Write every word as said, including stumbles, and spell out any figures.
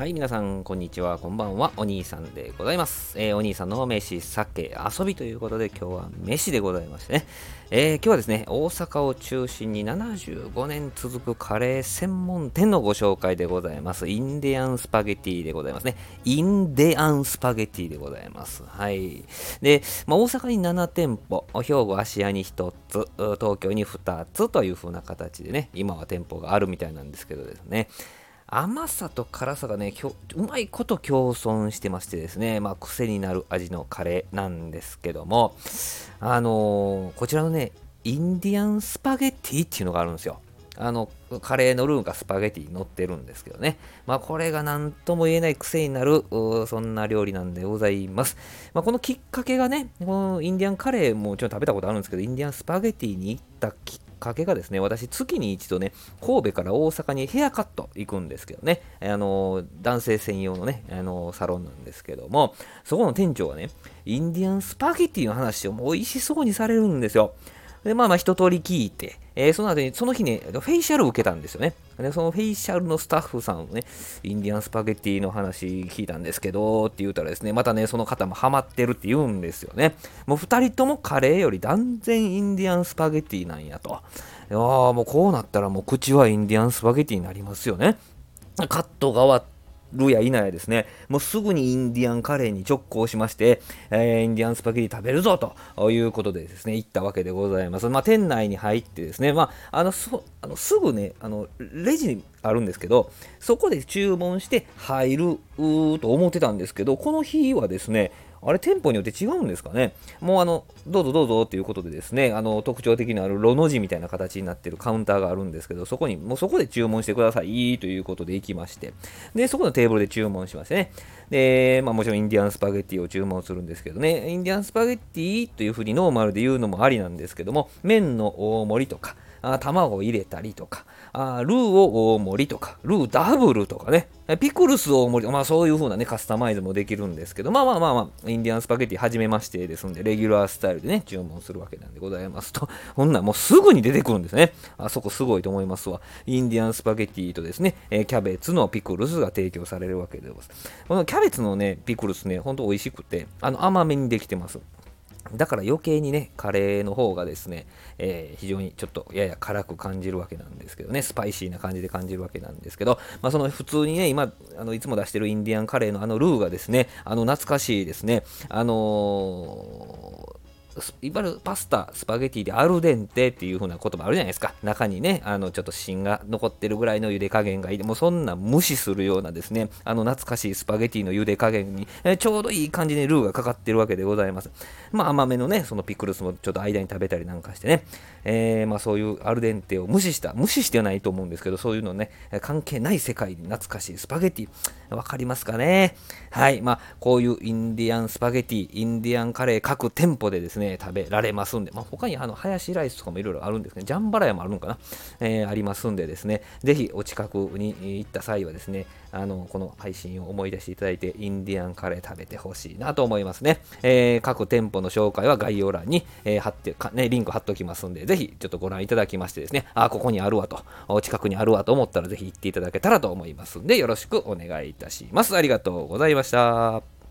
はい、皆さん、こんにちは。こんばんは。お兄さんでございます。えーお兄さんの飯、酒、遊びということで、今日は飯でございましてね。えー今日はですね、大阪を中心にななじゅうごねん続くカレー専門店のご紹介でございます。インディアンスパゲティでございますね。インディアンスパゲティでございます。はい。で、まあ、大阪になな店舗、兵庫芦屋にひとつ、東京にふたつという風な形でね、今は店舗があるみたいなんですけどですね。甘さと辛さがね、きょうまいこと共存してましてですね、まあ、癖になる味のカレーなんですけども、あのーこちらのね、インディアンスパゲティっていうのがあるんですよ。あの、カレーのルーがスパゲティに乗ってるんですけどね。まあ、これが何とも言えない癖になる、うーそんな料理なんでございます。まあ、このきっかけがね、このインディアンカレーもちろん食べたことあるんですけど、インディアンスパゲティに行ったきっかけがですね、私、月に一度ね、神戸から大阪にヘアカット行くんですけどね、あの男性専用のね、あのサロンなんですけども、そこの店長がね、インディアンスパゲティの話をもう美味しそうにされるんですよ。で、まあまあ一通り聞いて、えーその後に、その日ね、フェイシャルを受けたんですよね。で、そのフェイシャルのスタッフさんをね、インディアンスパゲティの話聞いたんですけど、って言ったらですね、またね、その方もハマってるって言うんですよね。もう二人ともカレーより断然インディアンスパゲティなんやと。いやーもうこうなったらもう口はインディアンスパゲティになりますよね。カットが終わるや否やですね、もうすぐにインディアンカレーに直行しまして、えーインディアンスパゲティ食べるぞということでですね、行ったわけでございます。まあ、店内に入ってですね、まあ、あの、そあのすぐね、あの、レジにあるんですけど、そこで注文して入るうーと思ってたんですけど、この日はですね、あれ、店舗によって違うんですかね。もうあの、どうぞどうぞっていうことでですね、あの、特徴的なあるロの字みたいな形になってるカウンターがあるんですけど、そこに、もうそこで注文してくださいということで行きまして、で、そこのテーブルで注文しましてね。で、まあもちろんインディアンスパゲッティを注文するんですけどね、インディアンスパゲッティというふうにノーマルで言うのもありなんですけども、麺の大盛りとか、あ卵を入れたりとか、あルーを大盛りとか、ルーダブルとかね、ピクルス大盛りとか、まあそういう風なね、カスタマイズもできるんですけど、まあまあまあまあ、インディアンスパゲッティ始めましてですんで、レギュラースタイルでね、注文するわけなんでございますと、ほんならもうすぐに出てくるんですね。あそこすごいと思いますわ。インディアンスパゲッティとですね、えーキャベツのピクルスが提供されるわけでございます。このキャベツのね、ピクルスね、ほんと美味しくて、あの甘めにできてます。だから余計にね、カレーの方がですね、えー非常にちょっとやや辛く感じるわけなんですけどね、スパイシーな感じで感じるわけなんですけど、まあその普通にね、今、あのいつも出してるインディアンカレーのあのルーがですね、あの懐かしいですね、あのーいわゆるパスタ、スパゲティでアルデンテっていう風な言葉あるじゃないですか。中にね、あのちょっと芯が残ってるぐらいの茹で加減がいい。もうそんな無視するようなですね、あの懐かしいスパゲティの茹で加減に、えーちょうどいい感じでルーがかかってるわけでございます。まあ甘めのね、そのピクルスもちょっと間に食べたりなんかしてね、えーまあそういうアルデンテを無視した、無視してはないと思うんですけど、そういうのね、関係ない世界に懐かしいスパゲティ、わかりますかね。はい、まあこういうインディアンスパゲティ、インディアンカレー各店舗でですね、食べられますんで、まあ他にあのハヤシライスとかもいろいろあるんですね、ジャンバラヤもあるのかな、えーありますんでですね、ぜひお近くに行った際はですね、あのこの配信を思い出していただいて、インディアンカレー食べてほしいなと思いますね。えー各店舗の紹介は概要欄に、えー貼ってか、ね、リンク貼っておきますんで、ぜひちょっとご覧いただきましてですね、あ、ここにあるわと、お近くにあるわと思ったらぜひ行っていただけたらと思いますんで、よろしくお願いいたします。ありがとうございました。